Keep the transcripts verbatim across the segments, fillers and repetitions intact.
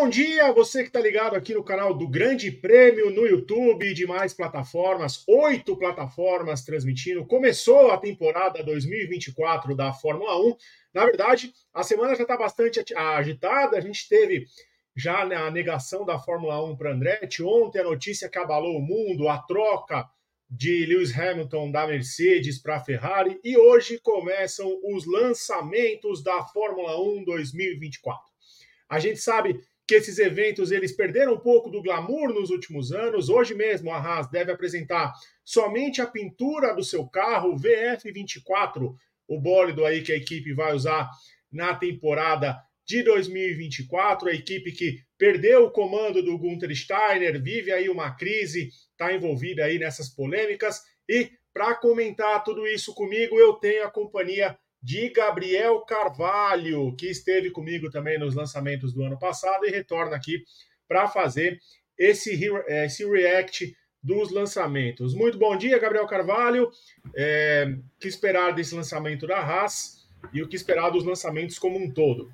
bom dia, você que está ligado aqui no canal do Grande Prêmio no YouTube e demais plataformas, oito plataformas transmitindo. Começou a temporada dois mil e vinte e quatro da Fórmula um. Na verdade, a semana já está bastante agitada, a gente teve já a negação da Fórmula um para Andretti, ontem a notícia que abalou o mundo, a troca de Lewis Hamilton da Mercedes para a Ferrari, e hoje começam os lançamentos da Fórmula um dois mil e vinte e quatro. A gente sabe que esses eventos eles perderam um pouco do glamour nos últimos anos. Hoje mesmo a Haas deve apresentar somente a pintura do seu carro, o V F vinte e quatro, o bólido aí que a equipe vai usar na temporada de dois mil e vinte e quatro. A equipe que perdeu o comando do Gunther Steiner, vive aí uma crise, está envolvida aí nessas polêmicas. E para comentar tudo isso comigo, eu tenho a companhia de Gabriel Carvalho, que esteve comigo também nos lançamentos do ano passado e retorna aqui para fazer esse, esse react dos lançamentos. Muito bom dia, Gabriel Carvalho. É, o que esperar desse lançamento da Haas e o que esperar dos lançamentos como um todo?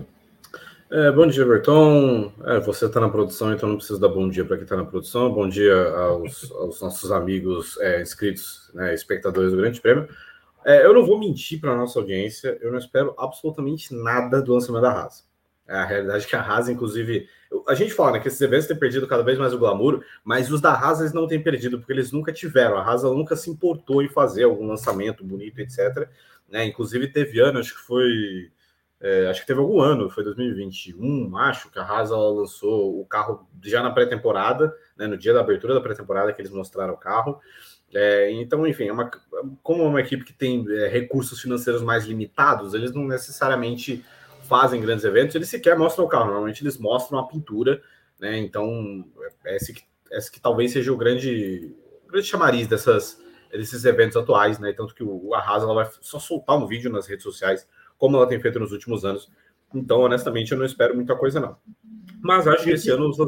É, bom dia, Everton. É, você está na produção, então não precisa dar bom dia para quem está na produção. Bom dia aos, aos nossos amigos é, inscritos, né, espectadores do Grande Prêmio. É, eu não vou mentir para a nossa audiência, eu não espero absolutamente nada do lançamento da Haas. É a realidade é que a Haas, inclusive... A gente fala, né, que esses eventos têm perdido cada vez mais o glamour, mas os da Haas eles não têm perdido, porque eles nunca tiveram. A Haas ela nunca se importou em fazer algum lançamento bonito, etcétera. Né? Inclusive teve ano, acho que foi... É, acho que teve algum ano, foi dois mil e vinte e um, acho, que a Haas ela lançou o carro já na pré-temporada, né, no dia da abertura da pré-temporada que eles mostraram o carro. É, então, enfim, é uma, como é uma equipe que tem é, recursos financeiros mais limitados, eles não necessariamente fazem grandes eventos, eles sequer mostram o carro, normalmente eles mostram a pintura, né? Então, esse que, esse que talvez seja o grande, o grande chamariz dessas, desses eventos atuais, né? Tanto que o, a Haas ela vai só soltar um vídeo nas redes sociais, como ela tem feito nos últimos anos. Então, honestamente, eu não espero muita coisa, não. Mas acho que esse ano os,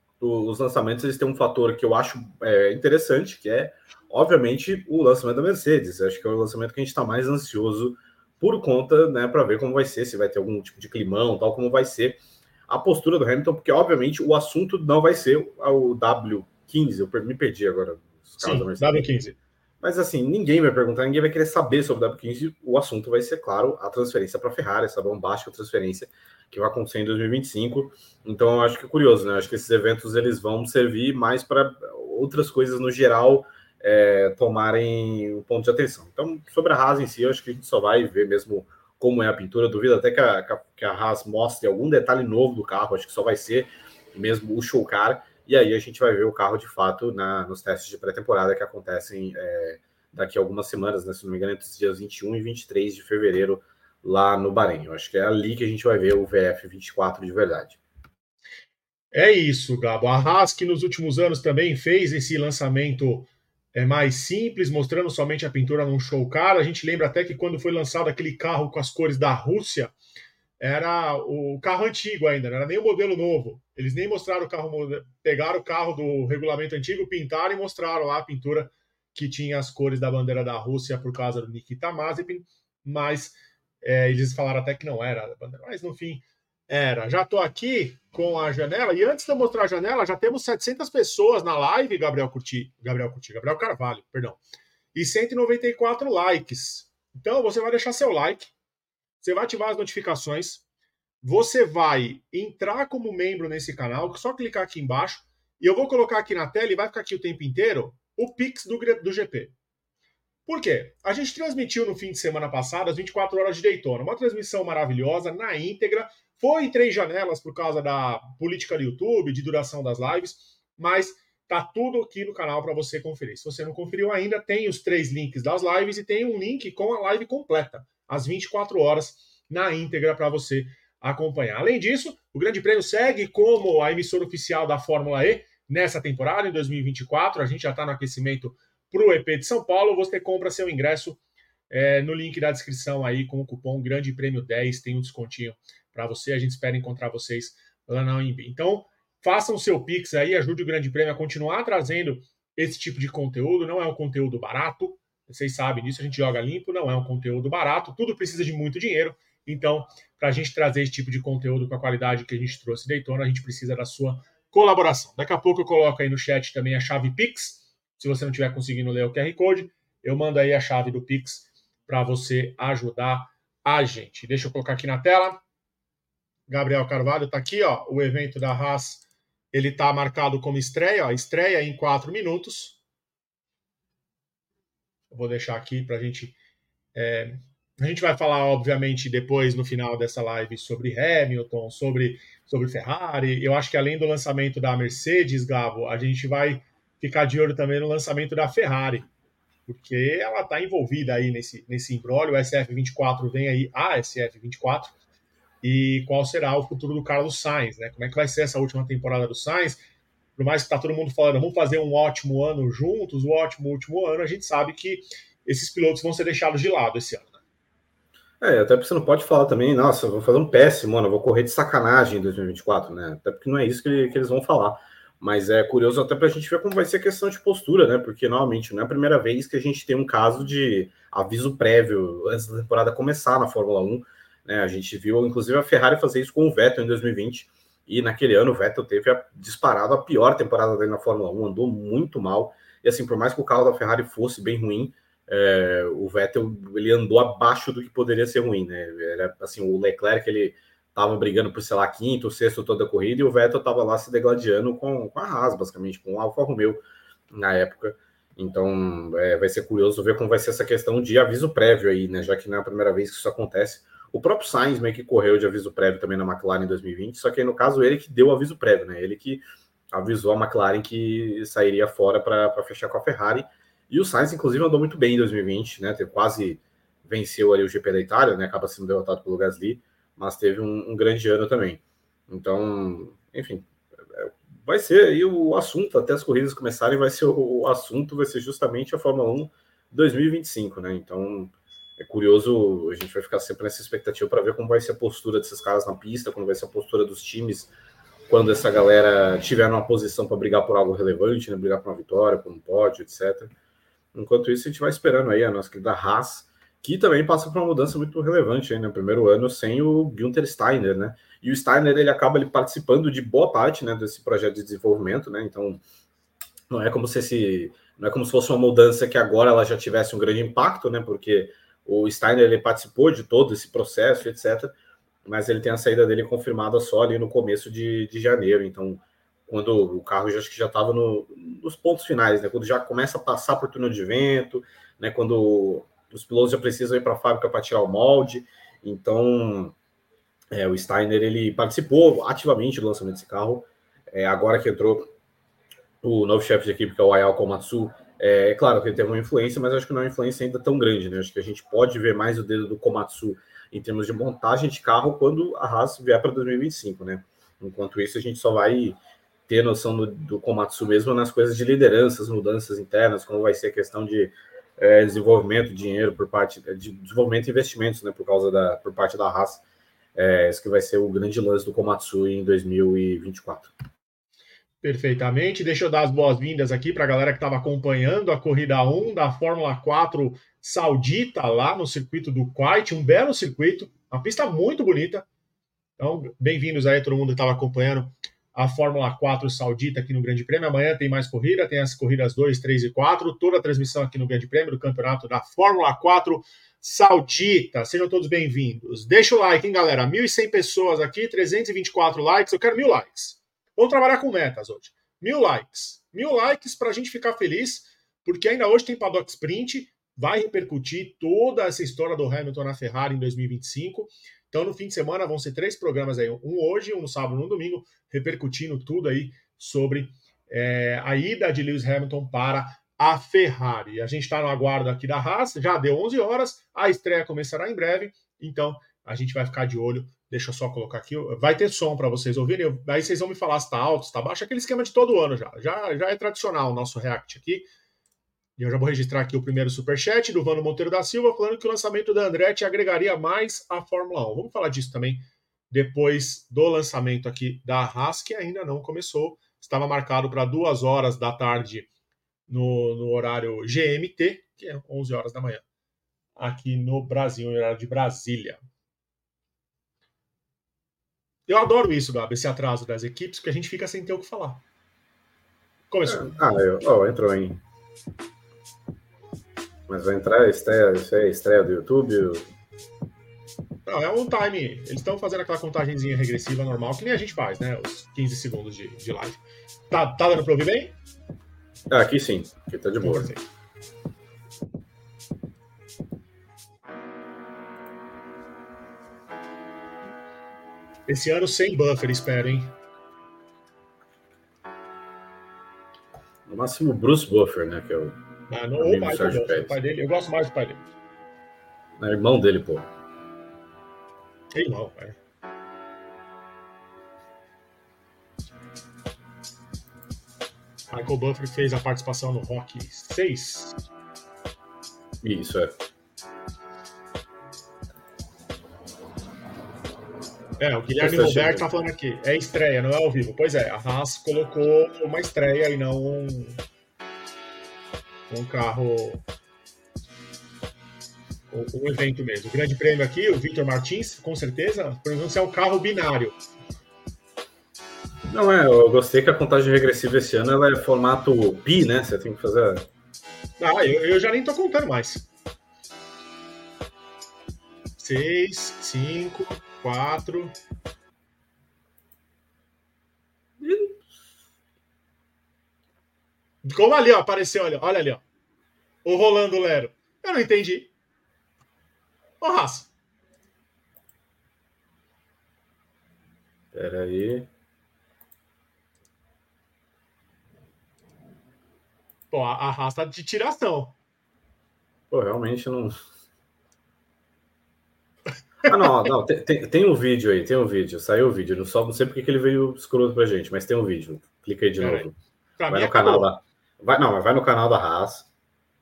os lançamentos eles têm um fator que eu acho é, interessante, que é, obviamente, o lançamento da Mercedes. Acho que é o lançamento que a gente está mais ansioso por conta, né, para ver como vai ser, se vai ter algum tipo de climão, tal, como vai ser a postura do Hamilton, porque, obviamente, o assunto não vai ser o W quinze. Eu me perdi agora. Sim, W quinze. Mas, assim, ninguém vai perguntar, ninguém vai querer saber sobre o W quinze. O assunto vai ser, claro, a transferência para a Ferrari, essa bombástica transferência que vai acontecer em dois mil e vinte e cinco. Então, eu acho que é curioso, né? Eu acho que esses eventos eles vão servir mais para outras coisas, no geral, é, tomarem um ponto de atenção. Então, sobre a Haas em si, eu acho que a gente só vai ver mesmo como é a pintura. Eu duvido até que a, que a Haas mostre algum detalhe novo do carro. Acho que só vai ser mesmo o show car. E aí a gente vai ver o carro de fato na, nos testes de pré-temporada que acontecem é, daqui a algumas semanas, né? Se não me engano, entre os dias vinte e um e vinte e três de fevereiro, lá no Bahrein. Eu acho que é ali que a gente vai ver o V F vinte e quatro de verdade. É isso, Gabo. A Haas, que nos últimos anos também fez esse lançamento é, mais simples, mostrando somente a pintura num show car. A gente lembra até que quando foi lançado aquele carro com as cores da Rússia, era o carro antigo ainda, não era nem o modelo novo. Eles nem mostraram o carro, pegaram o carro do regulamento antigo, pintaram e mostraram lá a pintura que tinha as cores da bandeira da Rússia por causa do Nikita Mazepin, mas é, eles falaram até que não era a bandeira, mas no fim era. Já estou aqui com a janela, e antes de eu mostrar a janela, já temos setecentas pessoas na live, Gabriel Curti, Gabriel Curti, Gabriel Carvalho, perdão, e cento e noventa e quatro likes. Então você vai deixar seu like, você vai ativar as notificações, você vai entrar como membro nesse canal, só clicar aqui embaixo, e eu vou colocar aqui na tela, e vai ficar aqui o tempo inteiro, o Pix do, do G P. Por quê? A gente transmitiu no fim de semana passado, as vinte e quatro horas de Daytona, uma transmissão maravilhosa, na íntegra, foi em três janelas por causa da política do YouTube, de duração das lives, mas tá tudo aqui no canal para você conferir. Se você não conferiu ainda, tem os três links das lives e tem um link com a live completa, às vinte e quatro horas, na íntegra para você acompanhar. Além disso, o Grande Prêmio segue como a emissora oficial da Fórmula E nessa temporada, em dois mil e vinte e quatro. A gente já está no aquecimento para o E P de São Paulo. Você compra seu ingresso é, no link da descrição aí com o cupom Grande Prêmio dez. Tem um descontinho para você. A gente espera encontrar vocês lá na O M B. Então, façam o seu Pix aí, ajude o Grande Prêmio a continuar trazendo esse tipo de conteúdo. Não é um conteúdo barato, vocês sabem disso, a gente joga limpo, não é um conteúdo barato, tudo precisa de muito dinheiro. Então, para a gente trazer esse tipo de conteúdo com a qualidade que a gente trouxe Daytona, a gente precisa da sua colaboração. Daqui a pouco eu coloco aí no chat também a chave Pix. Se você não estiver conseguindo ler o Q R Code, eu mando aí a chave do Pix para você ajudar a gente. Deixa eu colocar aqui na tela. Gabriel Carvalho está aqui, ó. O evento da Haas, ele está marcado como estreia, ó, estreia em quatro minutos. Eu vou deixar aqui para a gente... É, a gente vai falar, obviamente, depois, no final dessa live, sobre Hamilton, sobre, sobre Ferrari. Eu acho que além do lançamento da Mercedes, Gabo, a gente vai ficar de olho também no lançamento da Ferrari, porque ela está envolvida aí nesse, nesse imbróglio. O S F vinte e quatro vem aí, a S F vinte e quatro, e qual será o futuro do Carlos Sainz, né? Como é que vai ser essa última temporada do Sainz? Por mais que está todo mundo falando, vamos fazer um ótimo ano juntos, um ótimo último ano, a gente sabe que esses pilotos vão ser deixados de lado esse ano. É, até porque você não pode falar também, nossa, eu vou fazer um péssimo ano, eu vou correr de sacanagem em dois mil e vinte e quatro, né? Até porque não é isso que, que eles vão falar. Mas é curioso até para a gente ver como vai ser a questão de postura, né? Porque, normalmente, não é a primeira vez que a gente tem um caso de aviso prévio antes da temporada começar na Fórmula um, né? A gente viu, inclusive, a Ferrari fazer isso com o Vettel em dois mil e vinte, e naquele ano o Vettel teve a, disparado a pior temporada dele na Fórmula um, andou muito mal, e assim, por mais que o carro da Ferrari fosse bem ruim, É, o Vettel ele andou abaixo do que poderia ser ruim, né? Era, assim, o Leclerc ele estava brigando por, sei lá, quinto, sexto toda a corrida, e o Vettel estava lá se degladiando com, com a Haas, basicamente, com o Alfa Romeo na época. Então é, vai ser curioso ver como vai ser essa questão de aviso prévio aí, né? Já que não é a primeira vez que isso acontece. O próprio Sainz meio que correu de aviso prévio também na McLaren em dois mil e vinte, só que aí, no caso, ele que deu o aviso prévio, né? Ele que avisou a McLaren que sairia fora para fechar com a Ferrari. E o Sainz, inclusive, andou muito bem em dois mil e vinte, né? Teve, quase venceu ali o G P da Itália, né? Acaba sendo derrotado pelo Gasly, mas teve um, um grande ano também. Então, enfim, vai ser aí o assunto, até as corridas começarem, vai ser o, o assunto, vai ser justamente a Fórmula um dois mil e vinte e cinco, né? Então, é curioso, a gente vai ficar sempre nessa expectativa para ver como vai ser a postura desses caras na pista, como vai ser a postura dos times, quando essa galera tiver numa posição para brigar por algo relevante, né? Brigar por uma vitória, por um pódio, etcétera. Enquanto isso, a gente vai esperando aí a nossa querida Haas, que também passa por uma mudança muito relevante aí, né? No primeiro ano sem o Günther Steiner, né? E o Steiner, ele acaba ele, participando de boa parte, né, desse projeto de desenvolvimento, né? Então, não é como se esse, não é como se fosse uma mudança que agora ela já tivesse um grande impacto, né? Porque o Steiner, ele participou de todo esse processo, etcétera. Mas ele tem a saída dele confirmada só ali no começo de, de janeiro. Então, quando o carro já, acho que já estava no, nos pontos finais, né? Quando já começa a passar por túnel de vento, né? Quando os pilotos já precisam ir para a fábrica para tirar o molde. Então, é, o Steiner, ele participou ativamente do lançamento desse carro. É, agora que entrou o novo chefe de equipe, que é o Ayao Komatsu, é, é claro que ele teve uma influência, mas acho que não é uma influência ainda tão grande, né? Acho que a gente pode ver mais o dedo do Komatsu em termos de montagem de carro quando a Haas vier para dois mil e vinte e cinco, né? Enquanto isso, a gente só vai ter noção do, do Komatsu mesmo nas coisas de lideranças, mudanças internas, como vai ser a questão de é, desenvolvimento, dinheiro por parte de desenvolvimento e investimentos, né? Por causa da por parte da Haas, é, esse que vai ser o grande lance do Komatsu em dois mil e vinte e quatro. Perfeitamente. Deixa eu dar as boas-vindas aqui para a galera que estava acompanhando a corrida um da Fórmula quatro saudita lá no circuito do Kuwait, um belo circuito, uma pista muito bonita. Então, bem-vindos aí todo mundo que estava acompanhando a Fórmula quatro saudita aqui no Grande Prêmio. Amanhã tem mais corrida, tem as corridas dois, três e quatro, toda a transmissão aqui no Grande Prêmio do campeonato da Fórmula quatro saudita. Sejam todos bem-vindos. Deixa o like, hein, galera? mil e cem pessoas aqui, trezentos e vinte e quatro likes. Eu quero mil likes. Vamos trabalhar com metas hoje. Mil likes. Mil likes para a gente ficar feliz, porque ainda hoje tem Paddock Sprint, vai repercutir toda essa história do Hamilton na Ferrari em dois mil e vinte e cinco. Então, no fim de semana, vão ser três programas aí. Um hoje, um no sábado e um no domingo, repercutindo tudo aí sobre é, a ida de Lewis Hamilton para a Ferrari. A gente está no aguardo aqui da Haas, já deu onze horas, a estreia começará em breve, então a gente vai ficar de olho. Deixa eu só colocar aqui, vai ter som para vocês ouvirem, eu, aí vocês vão me falar se está alto, se está baixo, aquele esquema de todo ano já. já. Já é tradicional o nosso React aqui. E eu já vou registrar aqui o primeiro superchat do Vano Monteiro da Silva, falando que o lançamento da Andretti agregaria mais à Fórmula um. Vamos falar disso também depois do lançamento aqui da Haas, que ainda não começou. Estava marcado para duas horas da tarde no, no horário G M T, que é onze horas da manhã, aqui no Brasil, no horário de Brasília. Eu adoro isso, Gabi, esse atraso das equipes, porque a gente fica sem ter o que falar. Começou. É. Ah, eu, oh, entrou, hein? Mas vai entrar, estreia, isso é estreia do YouTube? Não, é um time. Eles estão fazendo aquela contagenzinha regressiva normal, que nem a gente faz, né? Os quinze segundos de, de live. Tá, tá dando pra ouvir bem? Ah, aqui sim, aqui tá de boa. Esse ano sem buffer, espero, hein? No máximo Bruce Buffer, né? Que é o ah, não, amigo do Sérgio Pérez. O pai dele, eu gosto mais do pai dele. É irmão dele, pô. É irmão, é. Michael Buffer fez a participação no Rock seis. Isso, é. É, o Guilherme Roberto tá falando aqui. É estreia, não é ao vivo. Pois é, a Haas colocou uma estreia e não um, um carro... Um evento mesmo. O grande prêmio aqui, o Victor Martins, com certeza, por exemplo, é um carro binário. Não, é, eu gostei que a contagem regressiva esse ano ela é formato pi, né? Você tem que fazer... Ah, eu, eu já nem tô contando mais. Seis, cinco, quatro... Como ali, ó, apareceu, olha, olha ali, ó. O Rolando Lero. Eu não entendi. Ô, Raça. Pera aí. Pô, a, a Raça tá de tiração. Pô, realmente não... Ah, não, não tem, tem, tem um vídeo aí, tem um vídeo, saiu o vídeo, não, só, não sei porque que ele veio escroto pra gente, mas tem um vídeo, clica aí de Pera novo. Aí. Pra vai mim no canal acabou. da... Vai, não, vai no canal da Haas.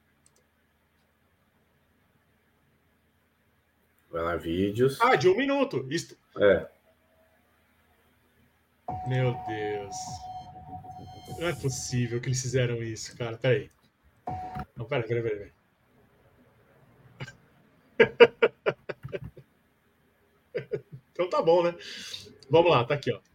Vai lá, vídeos. Ah, de um minuto. Isto... É. Meu Deus. Não é possível que eles fizeram isso, cara. Peraí. Não, peraí, peraí, peraí. Então tá bom, né? Vamos lá, tá aqui, ó.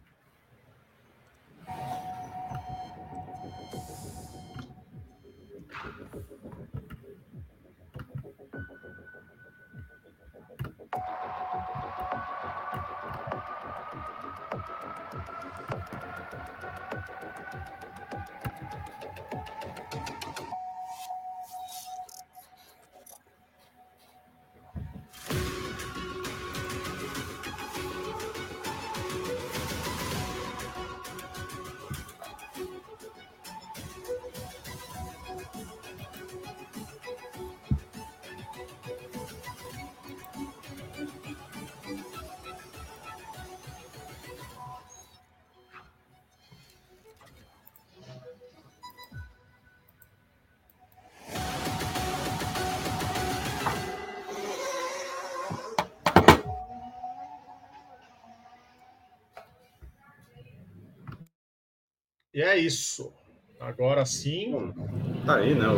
E é isso. Agora sim. Bom, tá aí, né? O...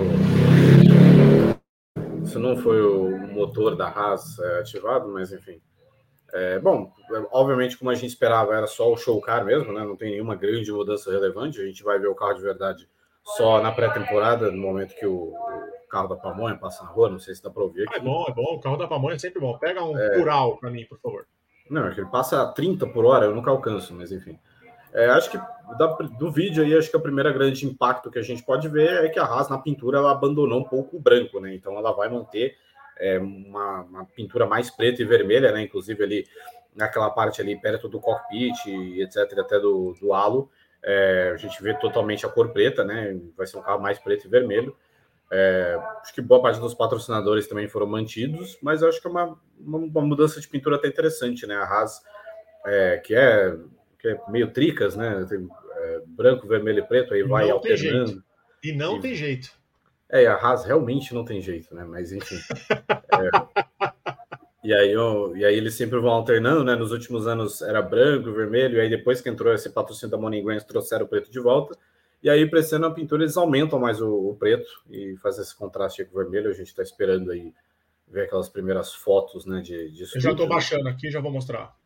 Isso não foi o motor da Haas é, ativado, mas enfim. É, bom, obviamente, como a gente esperava, era só o show car mesmo, né? Não tem nenhuma grande mudança relevante. A gente vai ver o carro de verdade só na pré-temporada, no momento que o, o carro da pamonha passa na rua. Não sei se dá para ouvir aqui. É bom, é bom. O carro da pamonha é sempre bom. Pega um é... plural para mim, por favor. Não, é que ele passa a trinta por hora, eu nunca alcanço, mas enfim. É, acho que da, do vídeo aí, acho que a primeira grande impacto que a gente pode ver é que a Haas na pintura ela abandonou um pouco o branco, né? Então ela vai manter é, uma, uma pintura mais preta e vermelha, né? Inclusive ali naquela parte ali perto do cockpit e etc, até do, do halo, é, a gente vê totalmente a cor preta, né? Vai ser um carro mais preto e vermelho. É, acho que boa parte dos patrocinadores também foram mantidos, mas acho que é uma, uma mudança de pintura até interessante, né? A Haas, é, que é que é meio tricas, né? Tem, é, branco, vermelho e preto, aí e vai não alternando. Tem jeito. E não e, tem jeito. É, a Haas realmente não tem jeito, né? Mas enfim. é, e, aí, eu, e aí eles sempre vão alternando, né? Nos últimos anos era branco, vermelho, e aí depois que entrou esse patrocínio da Money Grants, trouxeram o preto de volta. E aí, para esse ano, a pintura, eles aumentam mais o, o preto e fazem esse contraste com o vermelho. A gente está esperando aí ver aquelas primeiras fotos, né? De, de eu já estou baixando aqui, já vou mostrar.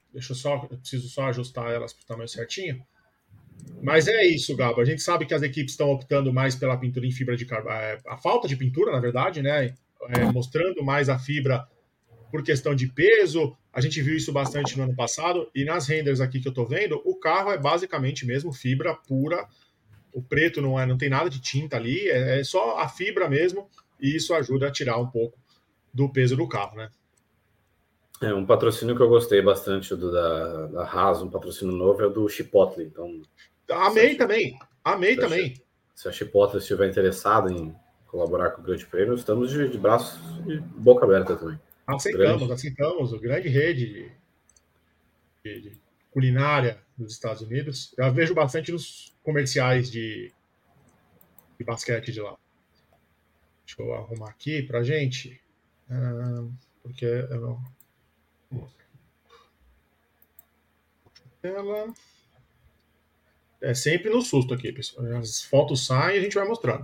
Deixa eu só, eu preciso só ajustar elas para o tamanho certinho. Mas é isso, Gabo. A gente sabe que as equipes estão optando mais pela pintura em fibra de carbono. A falta de pintura, na verdade, né? É, mostrando mais a fibra por questão de peso. A gente viu isso bastante no ano passado. E nas renders aqui que eu estou vendo, o carro é basicamente mesmo fibra pura. O preto não, é, não tem nada de tinta ali, é, é só a fibra mesmo. E isso ajuda a tirar um pouco do peso do carro, né? É, um patrocínio que eu gostei bastante do, da, da Haas, um patrocínio novo, é o do Chipotle. Então, Amei também. Amei se a, também. se a Chipotle estiver interessada em colaborar com o Grande Prêmio, estamos de, de braços e boca aberta também. Aceitamos, Grande. aceitamos. O grande rede de, de culinária dos Estados Unidos. Eu vejo bastante nos comerciais de, de basquete de lá. Deixa eu arrumar aqui pra gente. Uh, porque eu não. Ela. É sempre no susto aqui, pessoal. As fotos saem e a gente vai mostrando.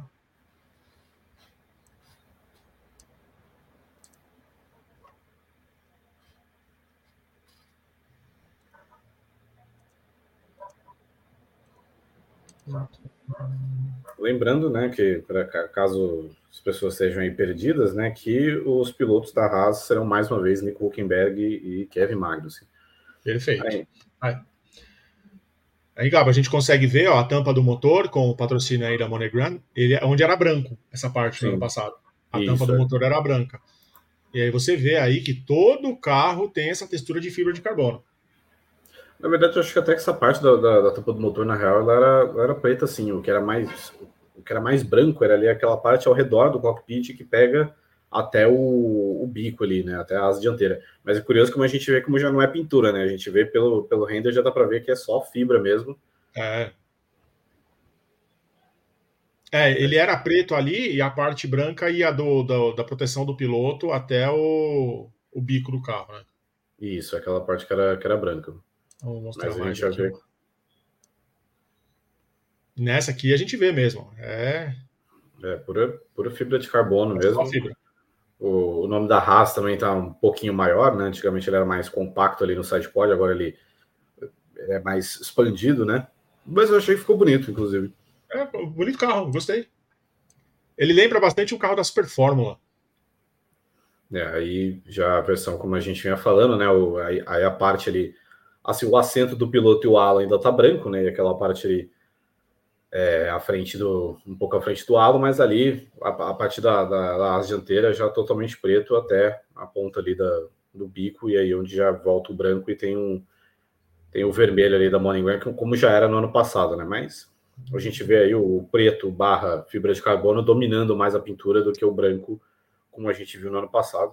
Lembrando, né, que para caso as pessoas estejam aí perdidas, né, que os pilotos da Haas serão mais uma vez Nico Hülkenberg e Kevin Magnussen. Perfeito. Aí, aí. aí Gabo, a gente consegue ver ó, a tampa do motor com o patrocínio aí da MoneyGram, ele, onde era branco essa parte Sim. no ano passado. A Isso, tampa do é. motor era branca. E aí você vê aí que todo carro tem essa textura de fibra de carbono. Na verdade, eu acho que até que essa parte da, da, da tampa do motor, na real, ela era, ela era preta, assim. O que era mais o que era mais branco era ali aquela parte ao redor do cockpit que pega até o, o bico ali, né? Até a asa dianteira. Mas é curioso como a gente vê como já não é pintura, né? A gente vê pelo, pelo render, já dá para ver que é só fibra mesmo. É. É, ele era preto ali e a parte branca ia do, do, da proteção do piloto até o, o bico do carro, né? Isso, aquela parte que era, que era branca. Vamos mostrar Mas mais a gente aqui. Ver. Nessa aqui a gente vê mesmo. É, é pura, pura fibra de carbono é mesmo. Só fibra. O, o nome da Haas também está um pouquinho maior, né? Antigamente ele era mais compacto ali no sidepod, agora ele, ele é mais expandido, né? Mas eu achei que ficou bonito, inclusive. É, bonito carro, gostei. Ele lembra bastante o carro da Super Fórmula. É, aí já a versão como a gente vinha falando, né? O, aí, aí a parte ali, assim, o assento do piloto e o halo ainda tá branco, né? E aquela parte ali é, à frente do, um pouco à frente do halo, mas ali a, a parte da, da, da asa dianteira já totalmente preto até a ponta ali da, do bico, e aí onde já volta o branco e tem um tem o vermelho ali da MoneyGram, como já era no ano passado, né? Mas a gente vê aí o preto barra fibra de carbono dominando mais a pintura do que o branco, como a gente viu no ano passado.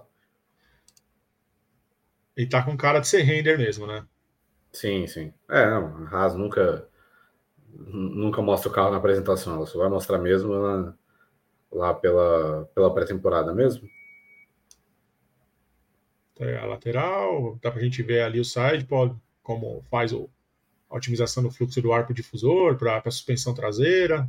E tá com cara de ser render mesmo, né? Sim, sim. É, não, a Haas nunca nunca mostra o carro na apresentação, ela só vai mostrar mesmo na, lá pela, pela pré-temporada mesmo. É a lateral, dá pra gente ver ali o sidepod, como faz o, a otimização do fluxo do ar pro difusor, para a suspensão traseira.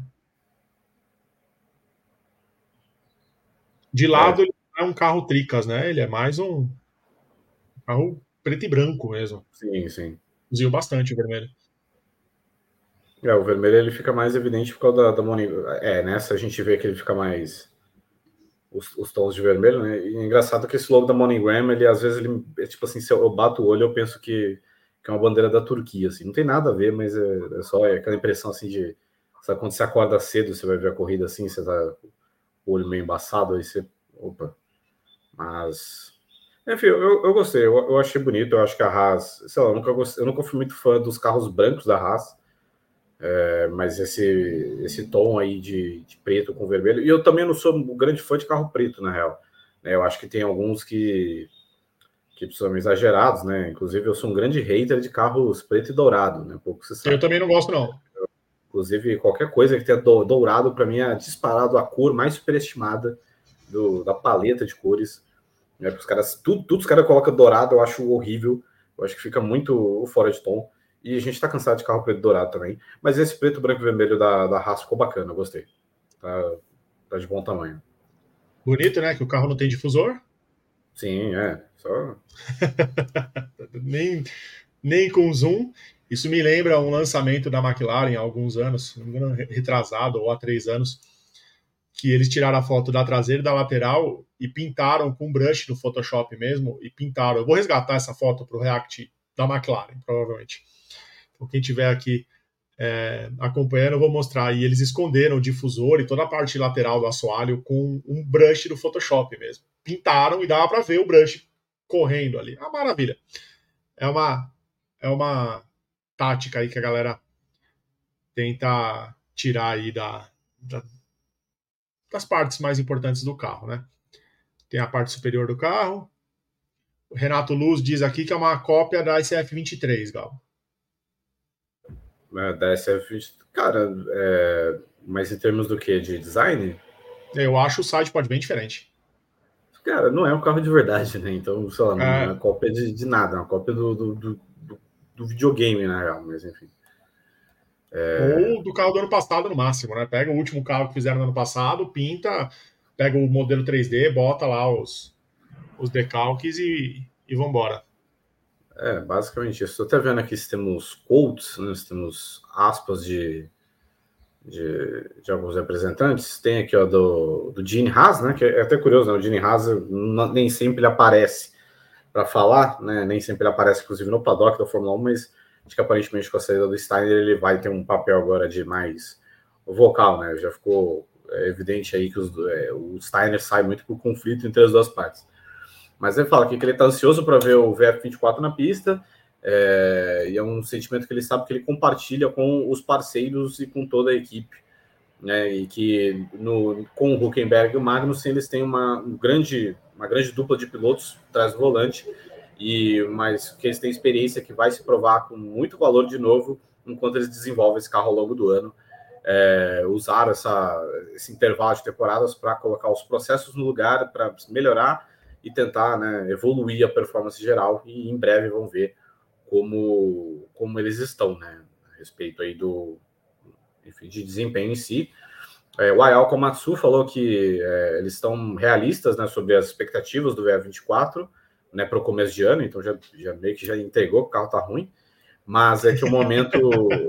De lado, é. ele não é um carro tricas, né? Ele é mais um carro preto e branco mesmo. Sim, sim. Usiu bastante o vermelho. É, o vermelho ele fica mais evidente por causa da, da Money. É, nessa a gente vê que ele fica mais. Os, os tons de vermelho, né? E é engraçado que esse logo da MoneyGram, ele às vezes ele. É tipo assim, se eu, eu bato o olho, eu penso que, que é uma bandeira da Turquia, assim. Não tem nada a ver, mas é, é só é aquela impressão assim de. Sabe, quando você acorda cedo, você vai ver a corrida assim, você tá com o olho meio embaçado, aí você. Opa. Mas. Enfim, eu, eu gostei, eu, eu achei bonito, eu acho que a Haas, sei lá, eu nunca, gostei, eu nunca fui muito fã dos carros brancos da Haas, é, mas esse, esse tom aí de, de preto com vermelho, e eu também não sou um grande fã de carro preto, na real, né, eu acho que tem alguns que, que são exagerados, né, inclusive eu sou um grande hater de carros preto e dourado, né, pouco se sabe. Eu também não gosto, não. Inclusive, qualquer coisa que tenha dourado, para mim, é disparado a cor mais superestimada do, da paleta de cores. Né, os caras, tudo, tudo os caras colocam dourado, eu acho horrível. Eu acho que fica muito fora de tom. E a gente tá cansado de carro preto e dourado também. Mas esse preto, branco e vermelho da, da Haas ficou bacana, eu gostei. Tá, tá de bom tamanho. Bonito, né? Que o carro não tem difusor. Sim, é. Só... nem, nem com zoom. Isso me lembra um lançamento da McLaren há alguns anos, se não me engano, retrasado, ou há três anos, que eles tiraram a foto da traseira e da lateral e pintaram com brush no Photoshop mesmo, e pintaram. Eu vou resgatar essa foto para o React da McLaren, provavelmente. Então, quem tiver aqui é, acompanhando, eu vou mostrar. E eles esconderam o difusor e toda a parte lateral do assoalho com um brush do Photoshop mesmo. Pintaram e dava para ver o brush correndo ali. Ah, maravilha. É uma, é uma tática aí que a galera tenta tirar aí da, da, das partes mais importantes do carro, né? Tem a parte superior do carro. O Renato Luz diz aqui que é uma cópia da S F vinte e três, Gal. É, da S F vinte, cara, é, mas em termos do que? De design? Eu acho o site pode bem diferente. Cara, não é um carro de verdade, né? Então, sei lá, É, não é cópia de, de nada, é uma cópia do, do, do, do videogame, na real, mas enfim. Ou do carro do ano passado, no máximo, né? Pega o último carro que fizeram no ano passado, pinta, pega o modelo três D, bota lá os, os decalques e, e vambora. É, basicamente isso. Estou até vendo aqui se temos quotes, né? Se temos aspas de, de, de alguns representantes. Tem aqui, ó, do, do Gene Haas, né? Que é até curioso, né? O Gene Haas não, nem sempre ele aparece para falar, né? Nem sempre ele aparece, inclusive, no paddock da Fórmula um, mas acho que aparentemente com a saída do Steiner ele vai ter um papel agora de mais vocal, né? Já ficou evidente aí que os, é, o Steiner sai muito por conflito entre as duas partes. Mas ele fala aqui que ele está ansioso para ver o V F vinte e quatro na pista, é, e é um sentimento que ele sabe que ele compartilha com os parceiros e com toda a equipe, né? E que no, com o Hülkenberg e o Magnussen eles têm uma, um grande, uma grande dupla de pilotos atrás do volante, e, mas que eles têm experiência que vai se provar com muito valor de novo enquanto eles desenvolvem esse carro ao longo do ano. É, usar essa, esse intervalo de temporadas para colocar os processos no lugar, para melhorar e tentar, né, evoluir a performance geral, e em breve vão ver como, como eles estão, né, a respeito aí do, enfim, de desempenho em si. É, o Ayao Komatsu falou que é, eles estão realistas, né, sobre as expectativas do V F vinte e quatro, né, para o começo de ano, então já, já meio que já entregou que o carro tá ruim, mas é que o momento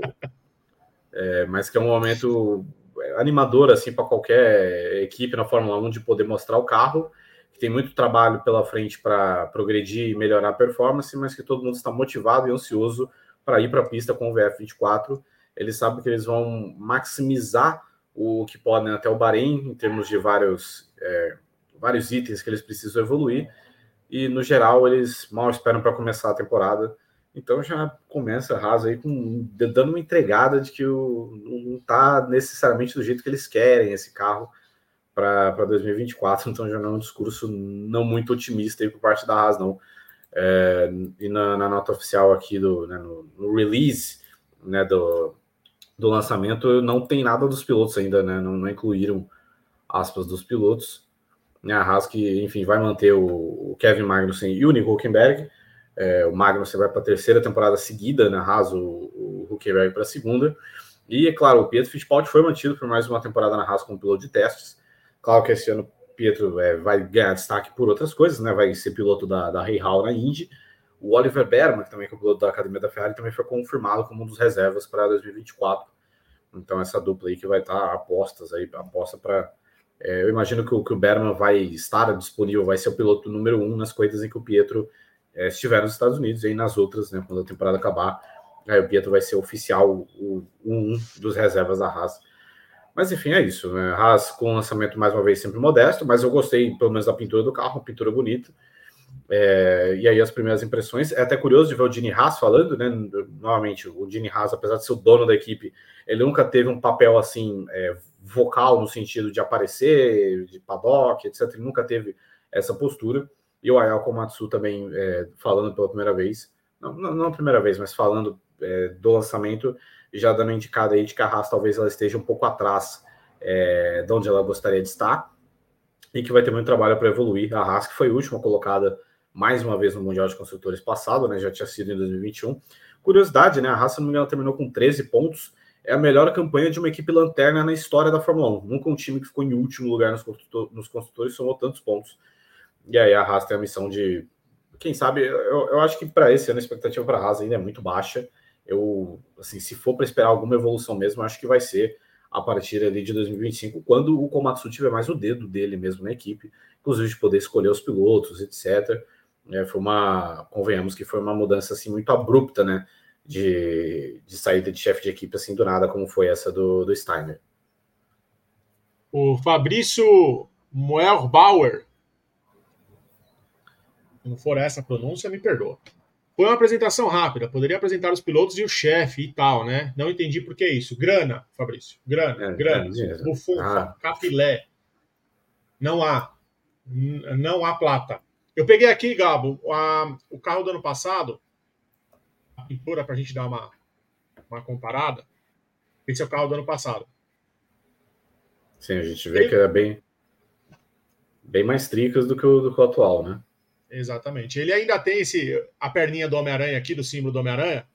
é, mas que é um momento animador assim para qualquer equipe na Fórmula um de poder mostrar o carro, que tem muito trabalho pela frente para progredir e melhorar a performance, mas que todo mundo está motivado e ansioso para ir para a pista com o V F vinte e quatro. Eles sabem que eles vão maximizar o que podem até o Bahrein, em termos de vários, é, vários itens que eles precisam evoluir, e no geral eles mal esperam para começar a temporada. Então já começa a Haas aí com, dando uma entregada de que o, não está necessariamente do jeito que eles querem esse carro para dois mil e vinte e quatro, então já não é um discurso não muito otimista aí por parte da Haas, não. É, e na, na nota oficial aqui, do, né, no, no release, né, do, do lançamento, não tem nada dos pilotos ainda, né, não, não incluíram aspas dos pilotos. A Haas que, enfim, vai manter o, o Kevin Magnussen e o Nico Hülkenberg. É, o Magnussen vai para a terceira temporada seguida na Haas, o, o Hülkenberg para a segunda. E, é claro, o Pietro Fittipaldi foi mantido por mais uma temporada na Haas como piloto de testes. Claro que esse ano o Pietro é, vai ganhar destaque por outras coisas, né? Vai ser piloto da, da Hey Hall na Indy. O Oliver Berman, que também é piloto da Academia da Ferrari, também foi confirmado como um dos reservas para dois mil e vinte e quatro. Então, essa dupla aí que vai estar apostas aí, aposta para... É, eu imagino que o, que o Berman vai estar disponível, vai ser o piloto número um nas corridas em que o Pietro é, estiver nos Estados Unidos, e aí nas outras, né, quando a temporada acabar, aí o Pietro vai ser oficial, o, o um dos reservas da Haas. Mas enfim, é isso, né? Haas com lançamento mais uma vez sempre modesto, mas eu gostei pelo menos da pintura do carro, uma pintura bonita. É, e aí as primeiras impressões, é até curioso de ver o Gene Haas falando, né? Novamente, o Gene Haas, apesar de ser o dono da equipe, ele nunca teve um papel assim é, vocal no sentido de aparecer, de paddock, etcétera. Ele nunca teve essa postura. E o Ayao Komatsu também é, falando pela primeira vez, não, não, não a primeira vez, mas falando é, do lançamento, já dando indicada aí de que a Haas talvez ela esteja um pouco atrás é, de onde ela gostaria de estar, e que vai ter muito trabalho para evoluir. A Haas, que foi a última colocada mais uma vez no Mundial de Construtores passado, né? Já tinha sido em dois mil e vinte e um. Curiosidade, né? A Haas, se não me engano, terminou com treze pontos. É a melhor campanha de uma equipe lanterna na história da Fórmula um. Nunca um time que ficou em último lugar nos construtores, nos construtores somou tantos pontos. E aí a Haas tem a missão de quem sabe, eu, eu acho que para esse ano a expectativa para a Haas ainda é muito baixa. Eu, assim, se for para esperar alguma evolução mesmo, eu acho que vai ser a partir ali de dois mil e vinte e cinco, quando o Komatsu tiver mais o dedo dele mesmo na equipe, inclusive de poder escolher os pilotos, etcétera. É, foi uma, convenhamos que foi uma mudança assim muito abrupta, né, de, de saída de chefe de equipe assim do nada, como foi essa do, do Steiner. O Fabrício Moerbauer, se não for essa a pronúncia, me perdoa. Foi uma apresentação rápida, poderia apresentar os pilotos e o chefe e tal, né? Não entendi por que isso. Grana, Fabrício, grana, É, grana, é, bufunfa, ah. capilé. Não há, não há plata. Eu peguei aqui, Gabo, a, o carro do ano passado, a pintura para a gente dar uma, uma comparada. Esse é o carro do ano passado. Sim, a gente vê Ele... que é bem, bem mais tricas do que o, do que o atual, né? Exatamente. Ele ainda tem esse, a perninha do Homem-Aranha aqui, do símbolo do Homem-Aranha.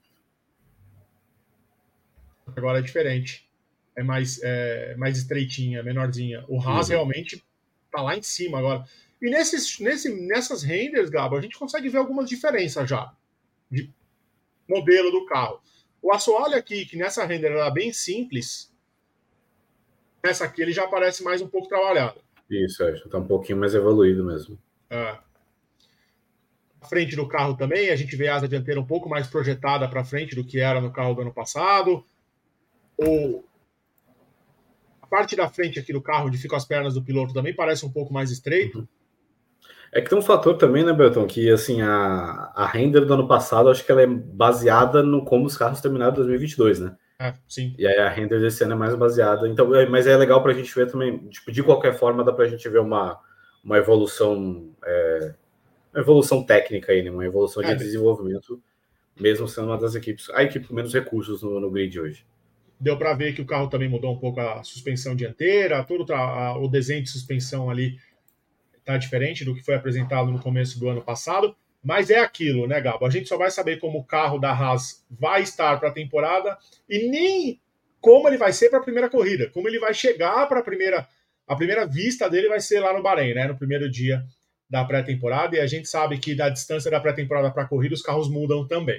Agora é diferente. É mais, é, mais estreitinha, menorzinha. O Haas uhum. realmente tá lá em cima agora. E nesses, nesse, nessas renders, Gabo, a gente consegue ver algumas diferenças já de modelo do carro. O assoalho aqui, que nessa render era bem simples, nessa aqui ele já parece mais um pouco trabalhado. Isso, é, já tá um pouquinho mais evoluído mesmo. É. A frente do carro também, a gente vê a asa dianteira um pouco mais projetada para frente do que era no carro do ano passado. O A parte da frente aqui do carro, onde ficam as pernas do piloto, também parece um pouco mais estreito. Uhum. É que tem um fator também, né, Belton, que assim, a, a render do ano passado, acho que ela é baseada no como os carros terminaram em dois mil e vinte e dois, né? É, sim. E aí a render desse ano é mais baseada. Então, é, mas é legal pra gente ver também, tipo, de qualquer forma, dá pra gente ver uma, uma evolução, é, uma evolução técnica aí, né? Uma evolução de é, desenvolvimento, mesmo sendo uma das equipes, a equipe com menos recursos no, no grid hoje. Deu para ver que o carro também mudou um pouco a suspensão dianteira, todo a, o desenho de suspensão ali está diferente do que foi apresentado no começo do ano passado, mas é aquilo, né, Gabo? A gente só vai saber como o carro da Haas vai estar para a temporada e nem como ele vai ser para a primeira corrida, como ele vai chegar para a primeira, a primeira vista dele vai ser lá no Bahrein, né, no primeiro dia da pré-temporada, e a gente sabe que da distância da pré-temporada para a corrida os carros mudam também.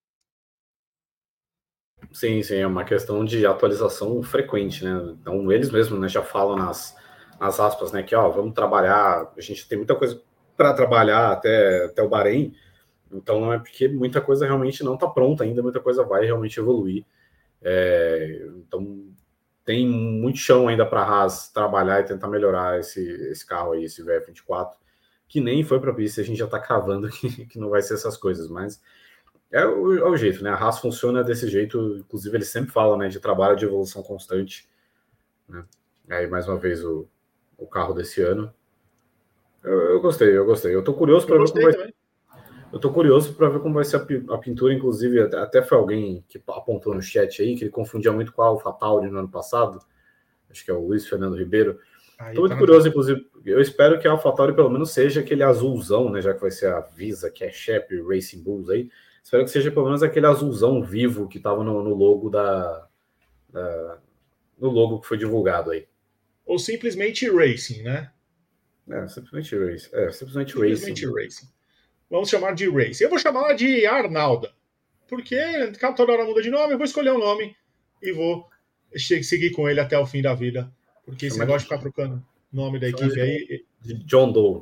Sim, sim, é uma questão de atualização frequente, né? Então eles mesmos, né, já falam nas, nas aspas, né, que ó, vamos trabalhar, a gente tem muita coisa para trabalhar até, até o Bahrein, então não é porque muita coisa realmente não está pronta ainda, muita coisa vai realmente evoluir. É, então tem muito chão ainda para a Haas trabalhar e tentar melhorar esse, esse carro aí, esse V F vinte e quatro, que nem foi para a pista, a gente já está cravando que, que não vai ser essas coisas, mas É o, é o jeito, né? A Haas funciona desse jeito, inclusive eles sempre falam, né, de trabalho de evolução constante, né? Aí, mais uma vez, o, o carro desse ano. Eu, eu gostei, eu gostei. Eu tô curioso para ver como vai ser. Eu tô curioso para ver como vai ser a, a pintura, inclusive, até, até foi alguém que apontou no chat aí, que ele confundia muito com a AlphaTauri no ano passado. Acho que é o Luiz Fernando Ribeiro. Aí, tô muito tá curioso, inclusive. Eu espero que a AlphaTauri pelo menos seja aquele azulzão, né? Já que vai ser a Visa, que é Shep, Racing Bulls aí. Espero que seja pelo menos aquele azulzão vivo que estava no, no logo da, da, no logo que foi divulgado aí. Ou simplesmente Racing, né? É, simplesmente Racing. É, simplesmente, simplesmente Racing. Racing. Vamos chamar de Racing. Eu vou chamar ela de Arnalda. Porque toda hora muda de nome, eu vou escolher um nome e vou seguir com ele até o fim da vida. Porque esse negócio de ficar trocando nome da equipe de, aí. De John Doe.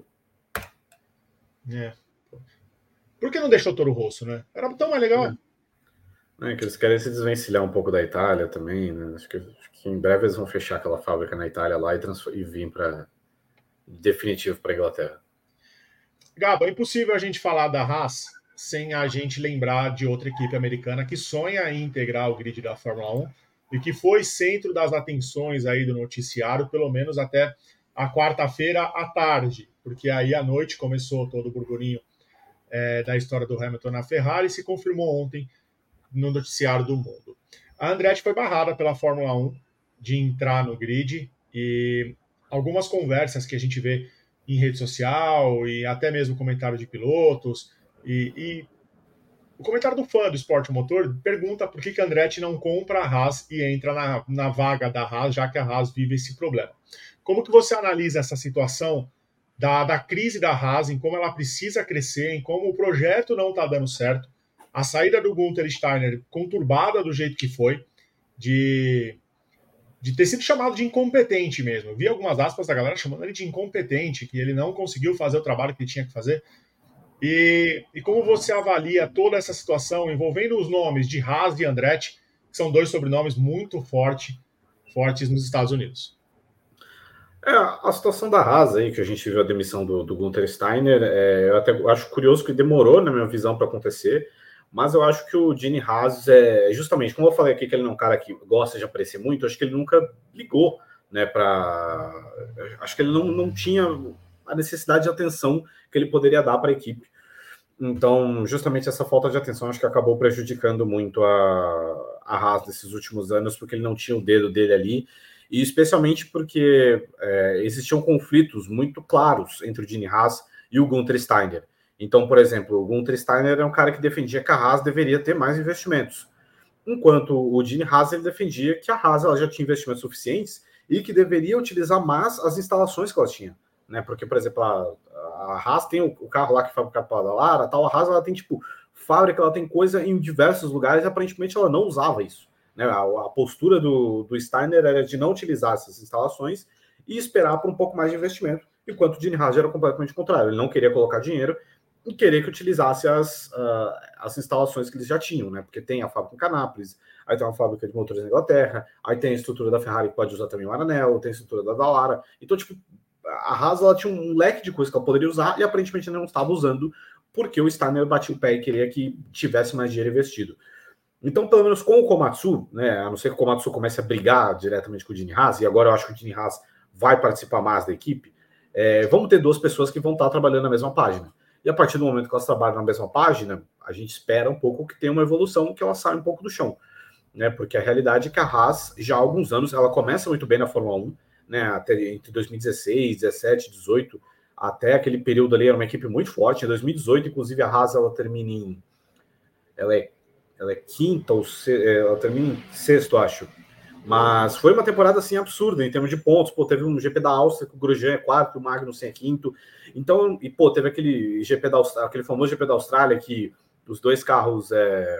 É. Por que não deixou Toro Rosso, né? Era tão mais legal. É, que eles querem se desvencilhar um pouco da Itália também, né? Acho que, acho que em breve eles vão fechar aquela fábrica na Itália lá e, e vir para definitivo para Inglaterra. Gabo, é impossível a gente falar da Haas sem a gente lembrar de outra equipe americana que sonha em integrar o grid da Fórmula um e que foi centro das atenções aí do noticiário, pelo menos até a quarta-feira à tarde, porque aí à noite começou todo o burburinho é, da história do Hamilton na Ferrari e se confirmou ontem no noticiário do mundo. A Andretti foi barrada pela Fórmula um de entrar no grid e algumas conversas que a gente vê em rede social e até mesmo comentário de pilotos e, e o comentário do fã do esporte motor pergunta por que, que a Andretti não compra a Haas e entra na, na vaga da Haas, já que a Haas vive esse problema. Como que você analisa essa situação da, da crise da Haas, em como ela precisa crescer, em como o projeto não está dando certo, a saída do Gunther Steiner conturbada do jeito que foi, de, de ter sido chamado de incompetente mesmo. Eu vi algumas aspas da galera chamando ele de incompetente, que ele não conseguiu fazer o trabalho que ele tinha que fazer. E, e como você avalia toda essa situação envolvendo os nomes de Haas e Andretti, que são dois sobrenomes muito forte, fortes nos Estados Unidos? É, a situação da Haas aí, que a gente viu a demissão do, do Gunther Steiner, é, eu até acho curioso que demorou, na minha visão, para acontecer, mas eu acho que o Gene Haas, é, justamente, como eu falei aqui, que ele não é um cara que gosta de aparecer muito, acho que ele nunca ligou, né, para... Acho que ele não, não tinha a necessidade de atenção que ele poderia dar para a equipe. Então, justamente essa falta de atenção acho que acabou prejudicando muito a, a Haas nesses últimos anos, porque ele não tinha o dedo dele ali, e especialmente porque é, existiam conflitos muito claros entre o Gene Haas e o Gunther Steiner. Então, por exemplo, o Gunther Steiner é um cara que defendia que a Haas deveria ter mais investimentos, enquanto o Gene Haas ele defendia que a Haas ela já tinha investimentos suficientes e que deveria utilizar mais as instalações que ela tinha. Né? Porque, por exemplo, a, a Haas tem o, o carro lá que fabricado pela Lara, tal, a Haas ela tem tipo fábrica, ela tem coisa em diversos lugares e aparentemente ela não usava isso. Né? A, a postura do, do Steiner era de não utilizar essas instalações e esperar por um pouco mais de investimento, enquanto o Gene Haas era completamente o contrário. Ele não queria colocar dinheiro e querer que utilizasse as, uh, as instalações que eles já tinham, né? Porque tem a fábrica em Canápolis, aí tem uma fábrica de motores na Inglaterra, aí tem a estrutura da Ferrari que pode usar também o Maranello, tem a estrutura da Dallara. Então, tipo, a Haas ela tinha um leque de coisas que ela poderia usar e aparentemente não estava usando porque o Steiner batia o pé e queria que tivesse mais dinheiro investido. Então, pelo menos com o Komatsu, né, a não ser que o Komatsu comece a brigar diretamente com o Gene Haas, e agora eu acho que o Gene Haas vai participar mais da equipe, é, vamos ter duas pessoas que vão estar trabalhando na mesma página. E a partir do momento que elas trabalham na mesma página, a gente espera um pouco que tenha uma evolução, que ela saia um pouco do chão. Né, porque a realidade é que a Haas, já há alguns anos, ela começa muito bem na Fórmula um, né, até entre dois mil e dezesseis, dezessete, dezoito, até aquele período ali era uma equipe muito forte. Em dois mil e dezoito, inclusive, a Haas ela termina em... Ela é, ela é quinta ou se, ela termina em sexto, acho. Mas foi uma temporada assim absurda em termos de pontos. Pô, teve um G P da Áustria que o Grosjean é quarto, o Magnussen é quinto. Então, e pô, teve aquele G P da Austrália, aquele famoso G P da Austrália que os dois carros é,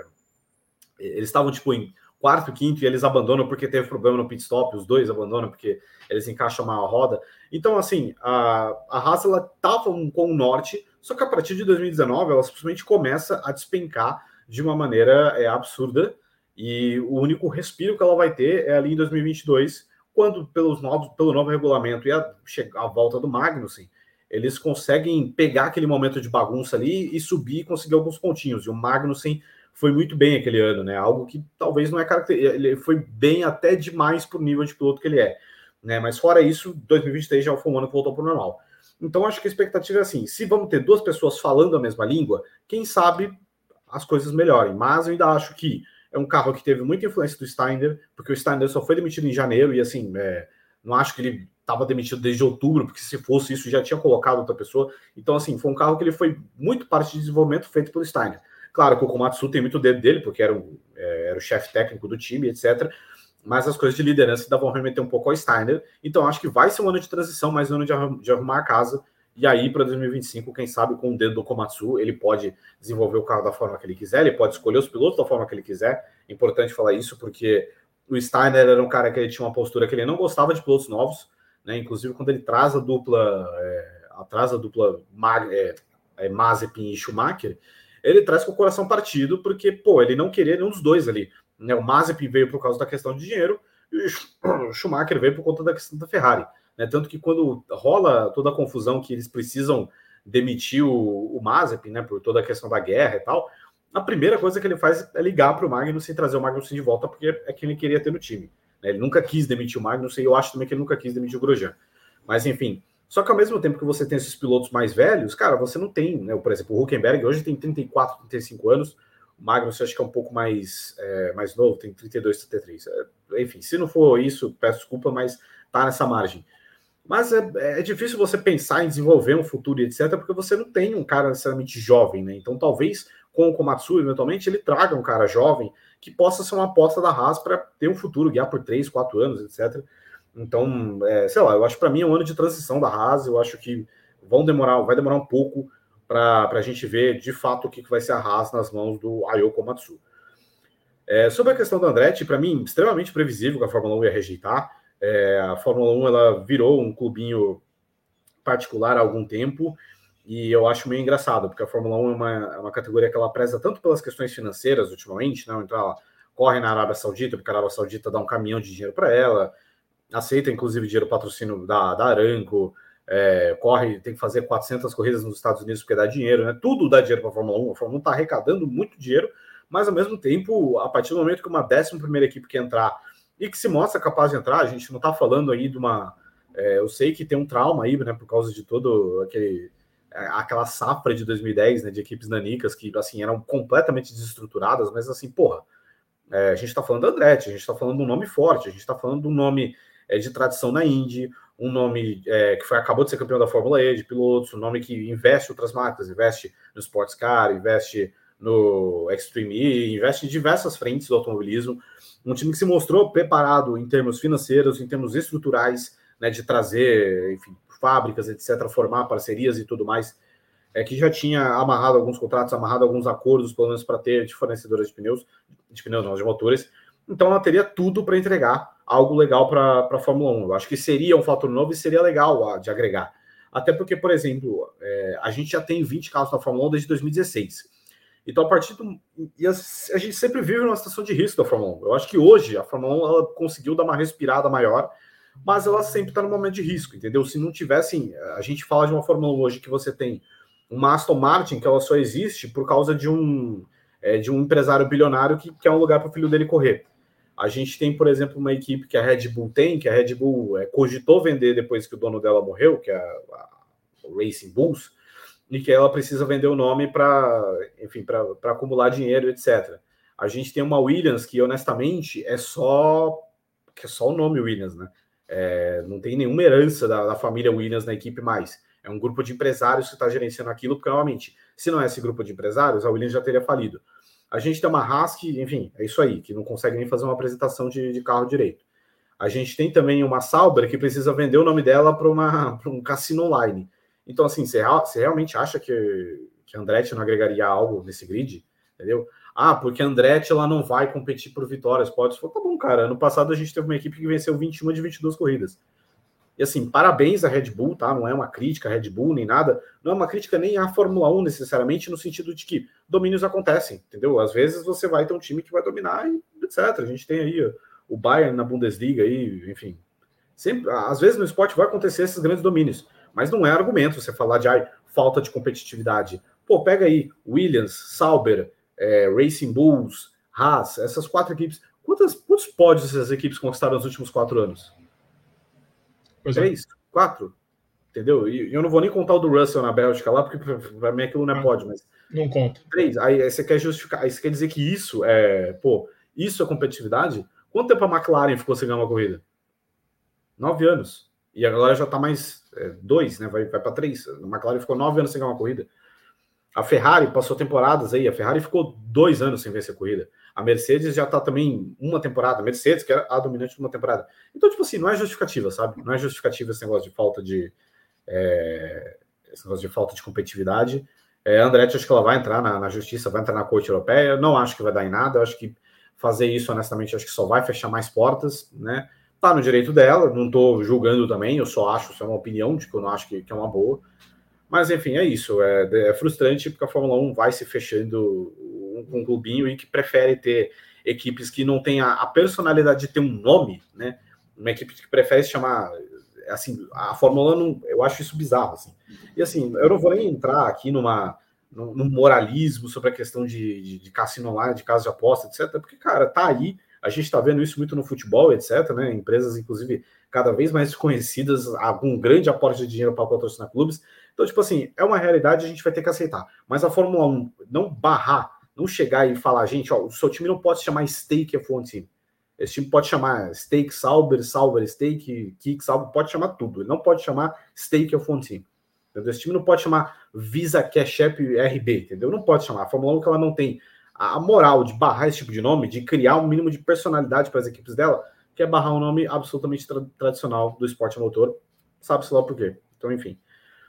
eles estavam tipo em quarto, quinto, e eles abandonam porque teve problema no pit stop, os dois abandonam porque eles encaixam mal a roda. Então, assim, a, a Haas, ela estava com o norte, só que a partir de dois mil e dezenove, ela simplesmente começa a despencar de uma maneira é, absurda, e o único respiro que ela vai ter é ali em dois mil e vinte e dois, quando, pelos novos, pelo novo regulamento e a, a volta do Magnussen, eles conseguem pegar aquele momento de bagunça ali e subir e conseguir alguns pontinhos. E o Magnussen foi muito bem aquele ano, né? Algo que talvez não é característico. Ele foi bem até demais por nível de piloto que ele é, né? Mas fora isso, dois mil e vinte e três já foi um ano que voltou para o normal. Então acho que a expectativa é assim: se vamos ter duas pessoas falando a mesma língua, quem sabe as coisas melhorem. Mas eu ainda acho que é um carro que teve muita influência do Steiner, porque o Steiner só foi demitido em janeiro e assim, é, não acho que ele estava demitido desde outubro, porque se fosse isso já tinha colocado outra pessoa. Então assim, foi um carro que ele foi muito parte de desenvolvimento feito pelo Steiner. Claro que o Komatsu tem muito dedo dele, porque era o, é, era o chefe técnico do time, etcétera. Mas as coisas de liderança ainda vão remeter um pouco ao Steiner. Então, acho que vai ser um ano de transição, mais um ano de, arrum, de arrumar a casa. E aí, para dois mil e vinte e cinco, quem sabe, com o dedo do Komatsu, ele pode desenvolver o carro da forma que ele quiser, ele pode escolher os pilotos da forma que ele quiser. É importante falar isso, porque o Steiner era um cara que ele tinha uma postura que ele não gostava de pilotos novos, né? Inclusive, quando ele traz a dupla, é, traz a dupla Mag, é, é, Mazepin e Schumacher, ele traz com o coração partido, porque, pô, ele não queria nenhum dos dois ali. Né? O Mazepin veio por causa da questão de dinheiro e o Schumacher veio por conta da questão da Ferrari. Né? Tanto que quando rola toda a confusão que eles precisam demitir o, o Mazepin, né, por toda a questão da guerra e tal, a primeira coisa que ele faz é ligar para o Magnussen e trazer o Magnussen de volta, porque é quem ele queria ter no time. Né? Ele nunca quis demitir o Magnussen, e eu acho também que ele nunca quis demitir o Grosjean. Mas, enfim... Só que ao mesmo tempo que você tem esses pilotos mais velhos, cara, você não tem, né? Por exemplo, o Hülkenberg hoje tem trinta e quatro, trinta e cinco anos, o Magnus acho que é um pouco mais, é, mais novo, tem trinta e dois, trinta e três. É, enfim, se não for isso, peço desculpa, mas tá nessa margem. Mas é, é difícil você pensar em desenvolver um futuro e etcétera, porque você não tem um cara necessariamente jovem, né? Então talvez com o Komatsu, eventualmente, ele traga um cara jovem que possa ser uma aposta da Haas para ter um futuro, guiar por três, quatro anos, etcétera. Então, é, sei lá, eu acho que para mim é um ano de transição da Haas, eu acho que vão demorar, vai demorar um pouco para a gente ver de fato o que vai ser a Haas nas mãos do Ayao Komatsu. É, sobre a questão do Andretti, para mim, extremamente previsível que a Fórmula um ia rejeitar. É, a Fórmula um ela virou um clubinho particular há algum tempo, e eu acho meio engraçado, porque a Fórmula um é uma, é uma categoria que ela preza tanto pelas questões financeiras ultimamente, né? Então ela corre na Arábia Saudita, porque a Arábia Saudita dá um caminhão de dinheiro para ela, aceita inclusive dinheiro patrocínio da, da Aramco, é, corre, tem que fazer quatrocentas corridas nos Estados Unidos porque dá dinheiro, né? Tudo dá dinheiro para a Fórmula um, a Fórmula um está arrecadando muito dinheiro, mas ao mesmo tempo, a partir do momento que uma décima primeira equipe que entrar e que se mostra capaz de entrar, a gente não está falando aí de uma... É, eu sei que tem um trauma aí, né, por causa de todo aquele... aquela safra de dois mil e dez, né, de equipes nanicas que, assim, eram completamente desestruturadas, mas, assim, porra, é, a gente está falando da Andretti, a gente está falando de um nome forte, a gente está falando de um nome é, de tradição na Indy, um nome é, que foi, acabou de ser campeão da Fórmula E, de pilotos, um nome que investe em outras marcas, investe no Sports Car, investe no Extreme E, investe em diversas frentes do automobilismo, um time que se mostrou preparado em termos financeiros, em termos estruturais, né, de trazer, enfim, fábricas, etcétera, formar parcerias e tudo mais, é, que já tinha amarrado alguns contratos, amarrado alguns acordos, pelo menos para ter de fornecedoras de pneus, de pneus não, de motores, então ela teria tudo para entregar algo legal para a Fórmula um. Eu acho que seria um fator novo e seria legal a, de agregar. Até porque, por exemplo, é, a gente já tem vinte carros na Fórmula um desde dois mil e dezesseis. Então, a partir do... E a, a gente sempre vive numa situação de risco da Fórmula um. Eu acho que hoje a Fórmula um ela conseguiu dar uma respirada maior, mas ela sempre está no momento de risco, entendeu? Se não tivesse... A gente fala de uma Fórmula um hoje que você tem uma Aston Martin que ela só existe por causa de um, é, de um empresário bilionário que quer um lugar para o filho dele correr. A gente tem, por exemplo, uma equipe que a Red Bull tem, que a Red Bull é, cogitou vender depois que o dono dela morreu, que é a, a Racing Bulls, e que ela precisa vender o nome para, enfim, para acumular dinheiro, etcétera. A gente tem uma Williams que, honestamente, é só, que é só o nome Williams, né? É, não tem nenhuma herança da, da família Williams na equipe mais. É um grupo de empresários que está gerenciando aquilo, porque, normalmente, se não é esse grupo de empresários, a Williams já teria falido. A gente tem uma Haas que, enfim, é isso aí, que não consegue nem fazer uma apresentação de, de carro direito. A gente tem também uma Sauber que precisa vender o nome dela para um cassino online. Então, assim, você, você realmente acha que, que a Andretti não agregaria algo nesse grid? Entendeu? Ah, porque a Andretti ela não vai competir por vitórias. Pode falar, tá bom, cara. Ano passado a gente teve uma equipe que venceu vinte e uma de vinte e duas corridas. E assim, parabéns à Red Bull, tá? Não é uma crítica à Red Bull nem nada. Não é uma crítica nem à Fórmula um necessariamente, no sentido de que domínios acontecem, entendeu? Às vezes você vai ter um time que vai dominar e etcétera. A gente tem aí o Bayern na Bundesliga aí, enfim. Sempre, às vezes no esporte vai acontecer esses grandes domínios, mas não é argumento você falar de ai, falta de competitividade. Pô, pega aí Williams, Sauber, é, Racing Bulls, Haas, essas quatro equipes. Quantas, quantos pódios essas equipes conquistaram nos últimos quatro anos? Pois Três? É. Quatro? Entendeu? E eu não vou nem contar o do Russell na Bélgica lá, porque para mim aquilo não é pódio, mas... Não conta. Três. Aí, aí você quer justificar, aí você quer dizer que isso é, pô, isso é competitividade? Quanto tempo a McLaren ficou sem ganhar uma corrida? Nove anos. E agora já tá mais é, dois, né? Vai, vai para três. A McLaren ficou nove anos sem ganhar uma corrida. A Ferrari passou temporadas aí. A Ferrari ficou dois anos sem vencer a corrida. A Mercedes já tá também uma temporada. A Mercedes, que era a dominante de uma temporada. Então, tipo assim, não é justificativa, sabe? Não é justificativa esse negócio de falta de... É, esse negócio de falta de competitividade. É, a Andretti, acho que ela vai entrar na, na justiça, vai entrar na corte europeia. Eu não acho que vai dar em nada. Eu acho que fazer isso, honestamente, acho que só vai fechar mais portas, né? Tá no direito dela, não tô julgando também, eu só acho, isso é uma opinião de que eu não acho que, que é uma boa. Mas, enfim, é isso. É, é frustrante porque a Fórmula um vai se fechando com um, um clubinho e que prefere ter equipes que não têm a, a personalidade de ter um nome, né? Uma equipe que prefere se chamar... Assim, a Fórmula um, não, eu acho isso bizarro, assim. E, assim, eu não vou nem entrar aqui numa, num, num moralismo sobre a questão de, de, de cassino online, de casa de aposta, etcétera. Porque, cara, tá aí... A gente está vendo isso muito no futebol, etcétera, né? Empresas, inclusive, cada vez mais conhecidas, algum grande aporte de dinheiro para patrocinar clubes. Então, tipo assim, é uma realidade, a gente vai ter que aceitar. Mas a Fórmula um não barrar, não chegar e falar, gente, ó, o seu time não pode se chamar Stake F um Team. Esse time pode chamar Stake Sauber, Sauber Stake, Kick Sauber, pode chamar tudo. Ele não pode chamar Stake F um Team. Entendeu? Esse time não pode chamar Visa Cash App R B, entendeu? Não pode chamar. A Fórmula um que ela não tem a moral de barrar esse tipo de nome, de criar um mínimo de personalidade para as equipes dela, que é barrar um nome absolutamente tra- tradicional do esporte motor, sabe-se lá por quê. Então, enfim.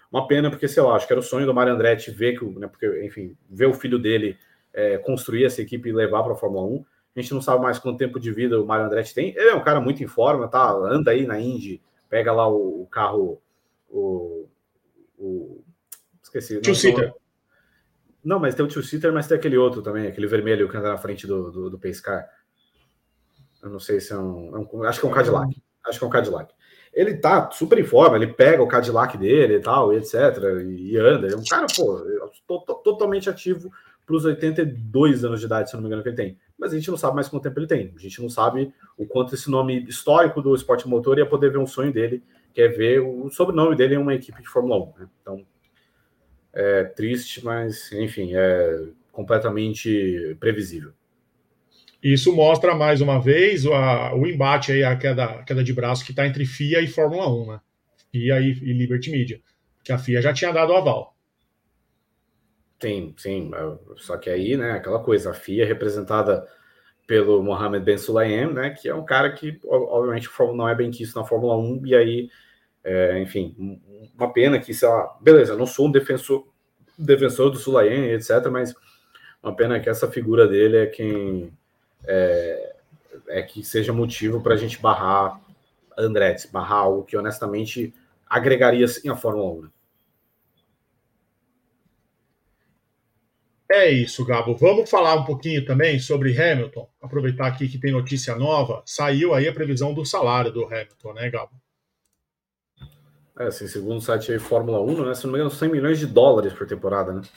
Uma pena, porque, sei lá, acho que era o sonho do Mário Andretti ver que, né, porque, enfim, ver o filho dele é, construir essa equipe e levar para a Fórmula um. A gente não sabe mais quanto tempo de vida o Mário Andretti tem. Ele é um cara muito em forma, tá? Anda aí na Indy, pega lá o, o carro, o, o esqueci, não, não, não, mas tem o two-seater, mas tem aquele outro também, aquele vermelho que anda na frente do, do, do Pace Car. Eu não sei se é um, é um acho que é um Cadillac. Acho que é um Cadillac. Ele tá super em forma, ele pega o Cadillac dele e tal, e etc. E, e anda. É um cara, pô, to, to, totalmente ativo para os oitenta e dois anos de idade, se não me engano, que ele tem. Mas a gente não sabe mais quanto tempo ele tem. A gente não sabe o quanto esse nome histórico do esporte motor ia poder ver um sonho dele, que é ver o sobrenome dele em uma equipe de Fórmula um. Né? Então, é triste, mas, enfim, é completamente previsível. Isso mostra, mais uma vez, o, a, o embate aí, a queda, a queda de braço que está entre F I A e Fórmula um, né? F I A e, e Liberty Media. Que a F I A já tinha dado o aval. Sim, sim. Só que aí, né, aquela coisa, a F I A é representada pelo Mohammed Ben Sulayem, né, que é um cara que, obviamente, não é bem quisto na Fórmula um, e aí, é, enfim, uma pena que, sei lá, beleza, eu não sou um defensor, defensor do Sulayem, etcétera, mas uma pena que essa figura dele é quem é, é que seja motivo para a gente barrar Andretti, barrar algo que, honestamente, agregaria, sim, a Fórmula um, né? É isso, Gabo. Vamos falar um pouquinho também sobre Hamilton. Aproveitar aqui que tem notícia nova. Saiu aí a previsão do salário do Hamilton, né, Gabo? É, assim, segundo o site aí, Fórmula um, né? Se não me engano, cem milhões de dólares por temporada, né?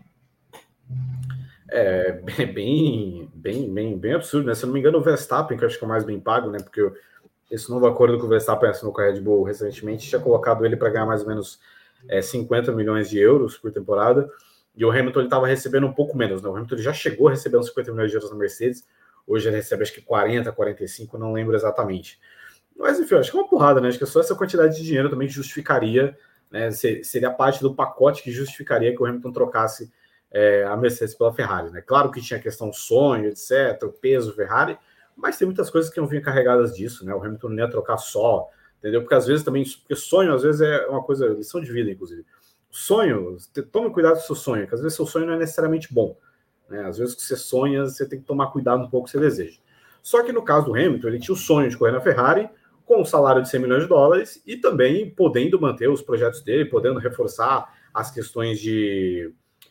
É bem, bem, bem, bem absurdo, né? Se não me engano, o Verstappen, que eu acho que é o mais bem pago, né? Porque esse novo acordo que o Verstappen assinou com a Red Bull recentemente tinha colocado ele para ganhar mais ou menos é, cinquenta milhões de euros por temporada. E o Hamilton ele estava recebendo um pouco menos, né? O Hamilton ele já chegou a receber uns cinquenta milhões de euros na Mercedes. Hoje ele recebe acho que quarenta, quarenta e cinco, não lembro exatamente. Mas enfim, eu acho que é uma porrada, né? Acho que só essa quantidade de dinheiro também justificaria, né? Seria parte do pacote que justificaria que o Hamilton trocasse é, a Mercedes pela Ferrari, né? Claro que tinha a questão sonho, etcétera, o peso Ferrari, mas tem muitas coisas que não vinham carregadas disso, né? O Hamilton não ia trocar só, entendeu? Porque às vezes também, porque sonho às vezes é uma coisa, lição de vida, inclusive. Sonho, tome cuidado com o seu sonho, que às vezes seu sonho não é necessariamente bom, né? Às vezes que você sonha, você tem que tomar cuidado um pouco que você deseja. Só que no caso do Hamilton, ele tinha o sonho de correr na Ferrari com um salário de cem milhões de dólares e também podendo manter os projetos dele, podendo reforçar as questões de,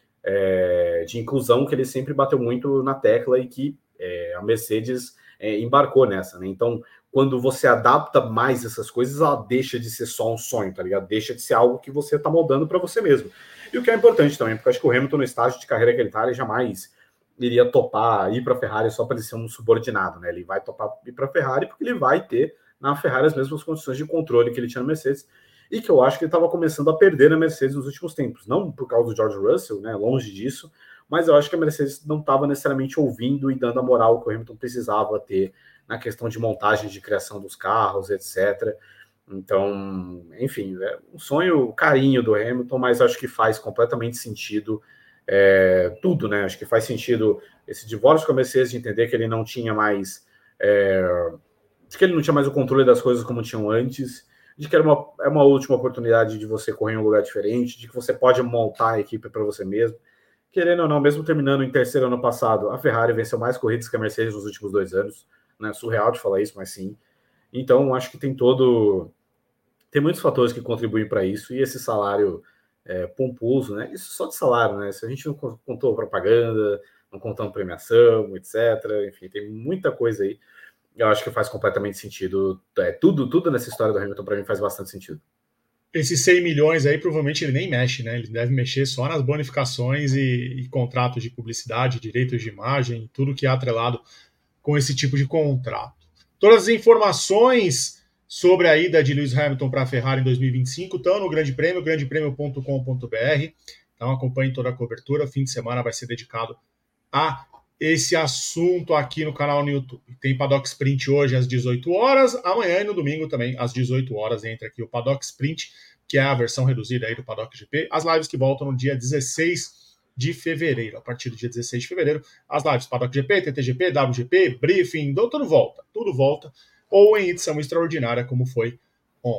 é, de inclusão que ele sempre bateu muito na tecla e que é, a Mercedes é, embarcou nessa, né? Então, quando você adapta mais essas coisas, ela deixa de ser só um sonho, tá ligado? Deixa de ser algo que você tá moldando para você mesmo. E o que é importante também, porque eu acho que o Hamilton, no estágio de carreira que ele tá, ele jamais iria topar ir para a Ferrari só para ele ser um subordinado, né? Ele vai topar ir para a Ferrari porque ele vai ter na Ferrari as mesmas condições de controle que ele tinha na Mercedes, e que eu acho que ele estava começando a perder na Mercedes nos últimos tempos. Não por causa do George Russell, né, longe disso, mas eu acho que a Mercedes não estava necessariamente ouvindo e dando a moral que o Hamilton precisava ter na questão de montagem, de criação dos carros, etcétera. Então, enfim, é um sonho, carinho do Hamilton, mas acho que faz completamente sentido é, tudo, né? Acho que faz sentido esse divórcio com a Mercedes, de entender que ele não tinha mais... É, de que ele não tinha mais o controle das coisas como tinham antes, de que era uma, é uma última oportunidade de você correr em um lugar diferente, de que você pode montar a equipe para você mesmo. Querendo ou não, mesmo terminando em terceiro ano passado, a Ferrari venceu mais corridas que a Mercedes nos últimos dois anos. Né? Surreal de falar isso, mas sim. Então, acho que tem todo... Tem muitos fatores que contribuem para isso, e esse salário é, pomposo, né? Isso só de salário, né? Se a gente não contou propaganda, não contamos premiação, etcétera. Enfim, tem muita coisa aí. Eu acho que faz completamente sentido. É, tudo, tudo nessa história do Hamilton, para mim, faz bastante sentido. Esses cem milhões aí, provavelmente ele nem mexe, né? Ele deve mexer só nas bonificações e, e contratos de publicidade, direitos de imagem, tudo que é atrelado com esse tipo de contrato. Todas as informações sobre a ida de Lewis Hamilton para a Ferrari em dois mil e vinte e cinco estão no Grande Prêmio, grande prêmio ponto com ponto b r. Então acompanhe toda a cobertura. Fim de semana vai ser dedicado a esse assunto aqui no canal no YouTube. Tem Paddock Sprint hoje às dezoito horas, amanhã e no domingo também às dezoito horas entra aqui o Paddock Sprint, que é a versão reduzida aí do Paddock G P. As lives que voltam no dia dezesseis de fevereiro. A partir do dia dezesseis de fevereiro, as lives Paddock G P, T T G P, W G P, Briefing, tudo volta, tudo volta, ou em edição extraordinária como foi ontem.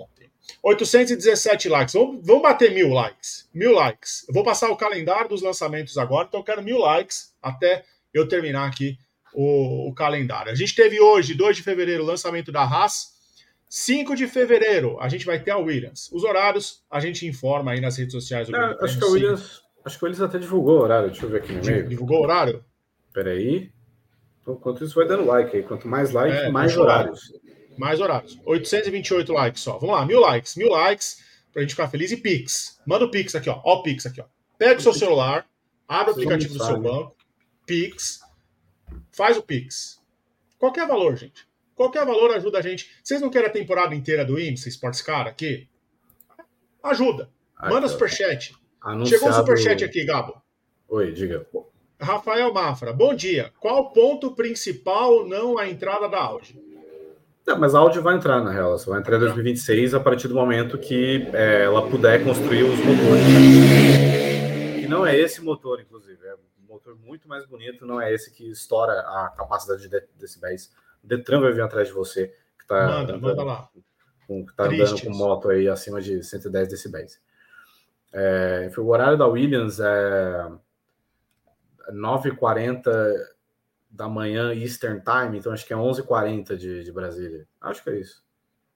oitocentos e dezessete likes. Vamos, vamos bater mil likes. Mil likes. Eu vou passar o calendário dos lançamentos agora, então eu quero mil likes até eu terminar aqui o, o calendário. A gente teve hoje, dois de fevereiro, o lançamento da Haas. cinco de fevereiro, a gente vai ter a Williams. Os horários, a gente informa aí nas redes sociais do é, acho que a Williams, acho que a Williams até divulgou o horário. Deixa eu ver aqui no e-mail. Divulgou o horário? Peraí. Então, enquanto isso, vai dando like aí. Quanto mais like, É, mais horários. Mais horários. oitocentos e vinte e oito likes só. Vamos lá, mil likes. Mil likes pra gente ficar feliz. E Pix. Manda o Pix aqui, ó. Ó o Pix aqui, ó. Pega o seu celular, abre o aplicativo do seu banco, Pix, faz o Pix. Qualquer valor, gente. Qualquer valor ajuda a gente. Vocês não querem a temporada inteira do Índice Sports Car aqui? Ajuda. Manda aqui, superchat. Anunciado... Chegou o superchat aqui, Gabo. Oi, diga. Rafael Mafra. Bom dia. Qual o ponto principal não a entrada da Audi? Não, mas a Audi vai entrar, na real. Ela vai entrar em dois mil e vinte e seis a partir do momento que é, ela puder construir os motores. E não é esse motor, inclusive. É um motor muito mais bonito. Não é esse que estoura a capacidade de decibéis. O Detran vai vir atrás de você. Que tá manda, andando, manda lá. Com, que tá andando com moto aí acima de cento e dez decibéis. É, o horário da Williams é nove e quarenta da manhã Eastern Time, então acho que é onze e quarenta de, de Brasília. Acho que é isso.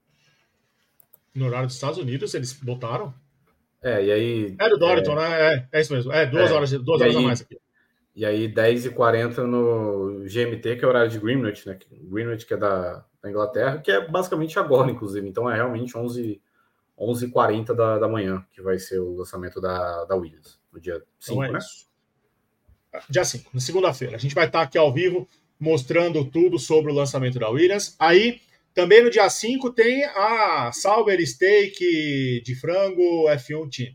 No horário dos Estados Unidos, eles botaram? É, e aí... É do Doriton, é, né? É, é isso mesmo. É, duas é, horas, duas horas aí, a mais aqui. E aí, dez e quarenta no G M T, que é o horário de Greenwich, né? Greenwich, que é da, da Inglaterra, que é basicamente agora, inclusive. Então, é realmente onze e quarenta da, da manhã, que vai ser o lançamento da, da Williams, no dia cinco, então é né? Isso. Dia cinco, na segunda-feira. A gente vai estar aqui ao vivo mostrando tudo sobre o lançamento da Williams. Aí, também no dia cinco, tem a Sauber Steak de frango F um Team.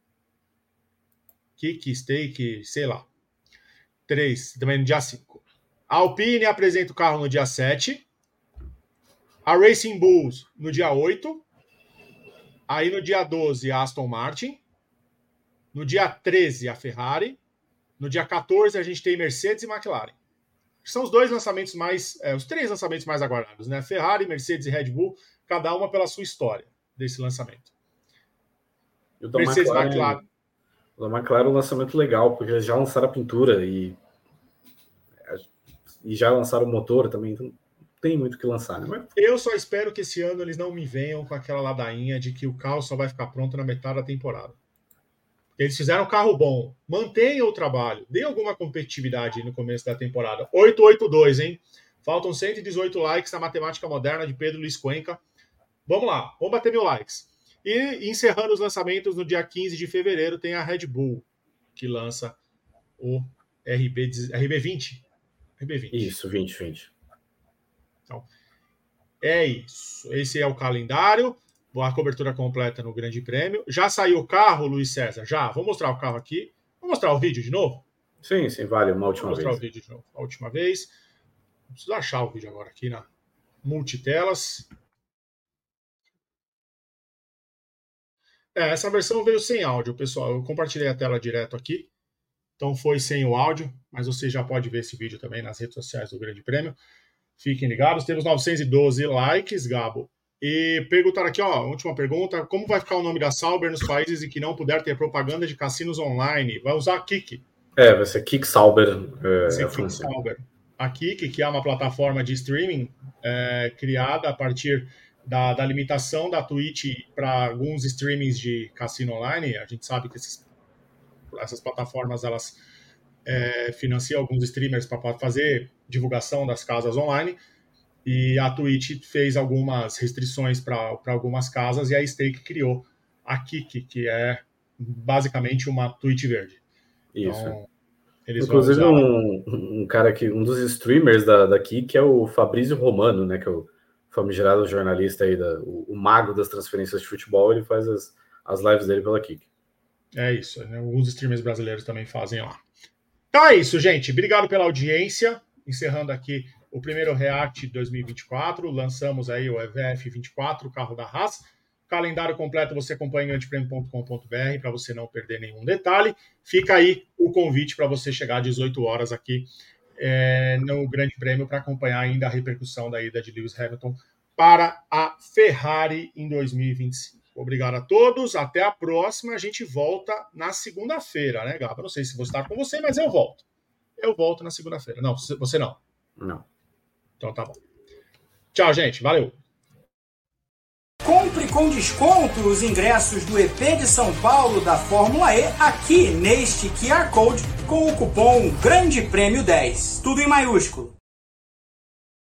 Kick, Steak, sei lá. três, também no dia cinco. A Alpine apresenta o carro no dia sete. A Racing Bulls no dia oito. Aí no dia doze, a Aston Martin. No dia treze, a Ferrari. No dia quatorze, a gente tem Mercedes e McLaren. São os dois lançamentos mais... É, os três lançamentos mais aguardados, né? Ferrari, Mercedes e Red Bull, cada uma pela sua história desse lançamento. E o da Mercedes McLaren, McLaren... O da McLaren é um lançamento legal, porque eles já lançaram a pintura e, e já lançaram o motor também, então não tem muito o que lançar, né? Eu só espero que esse ano eles não me venham com aquela ladainha de que o carro só vai ficar pronto na metade da temporada. Eles fizeram um carro bom. Mantenham o trabalho. Dê alguma competitividade no começo da temporada. oito oito dois, hein? Faltam cento e dezoito likes na matemática moderna de Pedro Luiz Cuenca. Vamos lá. Vamos bater mil likes. E encerrando os lançamentos, no dia quinze de fevereiro, tem a Red Bull, que lança o R B, R B vinte. R B vinte. Isso, vinte, vinte. Então, é isso. Esse é o calendário. A cobertura completa no Grande Prêmio. Já saiu o carro, Luiz César? Já. Vou mostrar o carro aqui. Vou mostrar o vídeo de novo? Sim, sim, vale. Uma última vez. Vou mostrar vez. o vídeo de novo. A última vez. Preciso achar o vídeo agora aqui na multitelas. É, essa versão veio sem áudio, pessoal. Eu compartilhei a tela direto aqui. Então foi sem o áudio, mas você já pode ver esse vídeo também nas redes sociais do Grande Prêmio. Fiquem ligados. Temos novecentos e doze likes, Gabo. E perguntaram aqui, ó, última pergunta, como vai ficar o nome da Sauber nos países em que não puder ter propaganda de cassinos online? Vai usar a Kik. É, vai ser Kik Sauber. É, vai ser Kik Sauber. A Kik, que é uma plataforma de streaming é, criada a partir da, da limitação da Twitch para alguns streamings de cassino online. A gente sabe que esses, essas plataformas, elas é, financiam alguns streamers para fazer divulgação das casas online. E a Twitch fez algumas restrições para algumas casas e a Stake criou a Kik, que é basicamente uma Twitch verde. Isso. Então, eles Inclusive, vão usar... um, um cara que, um dos streamers da, da Kik é o Fabrício Romano, né? Que é o famigerado jornalista aí, da, o, o mago das transferências de futebol. Ele faz as, as lives dele pela Kik. É isso. Né? Alguns streamers brasileiros também fazem lá. Então é isso, gente. Obrigado pela audiência. Encerrando aqui o primeiro React de dois mil e vinte e quatro, lançamos aí o E V F vinte e quatro, o carro da Haas. Calendário completo você acompanha em grande prêmio ponto com ponto b r para você não perder nenhum detalhe. Fica aí o convite para você chegar às dezoito horas aqui é, no Grande Prêmio para acompanhar ainda a repercussão da ida de Lewis Hamilton para a Ferrari em dois mil e vinte e cinco. Obrigado a todos. Até a próxima. A gente volta na segunda-feira, né, Gabo? Eu não sei se vou estar com você, mas eu volto. Eu volto na segunda-feira. Não, você não. Não. Então tá bom. Tchau, gente. Valeu. Compre com desconto os ingressos do E P de São Paulo da Fórmula E aqui neste Q R Code com o cupom Grande Prêmio dez. Tudo em maiúsculo.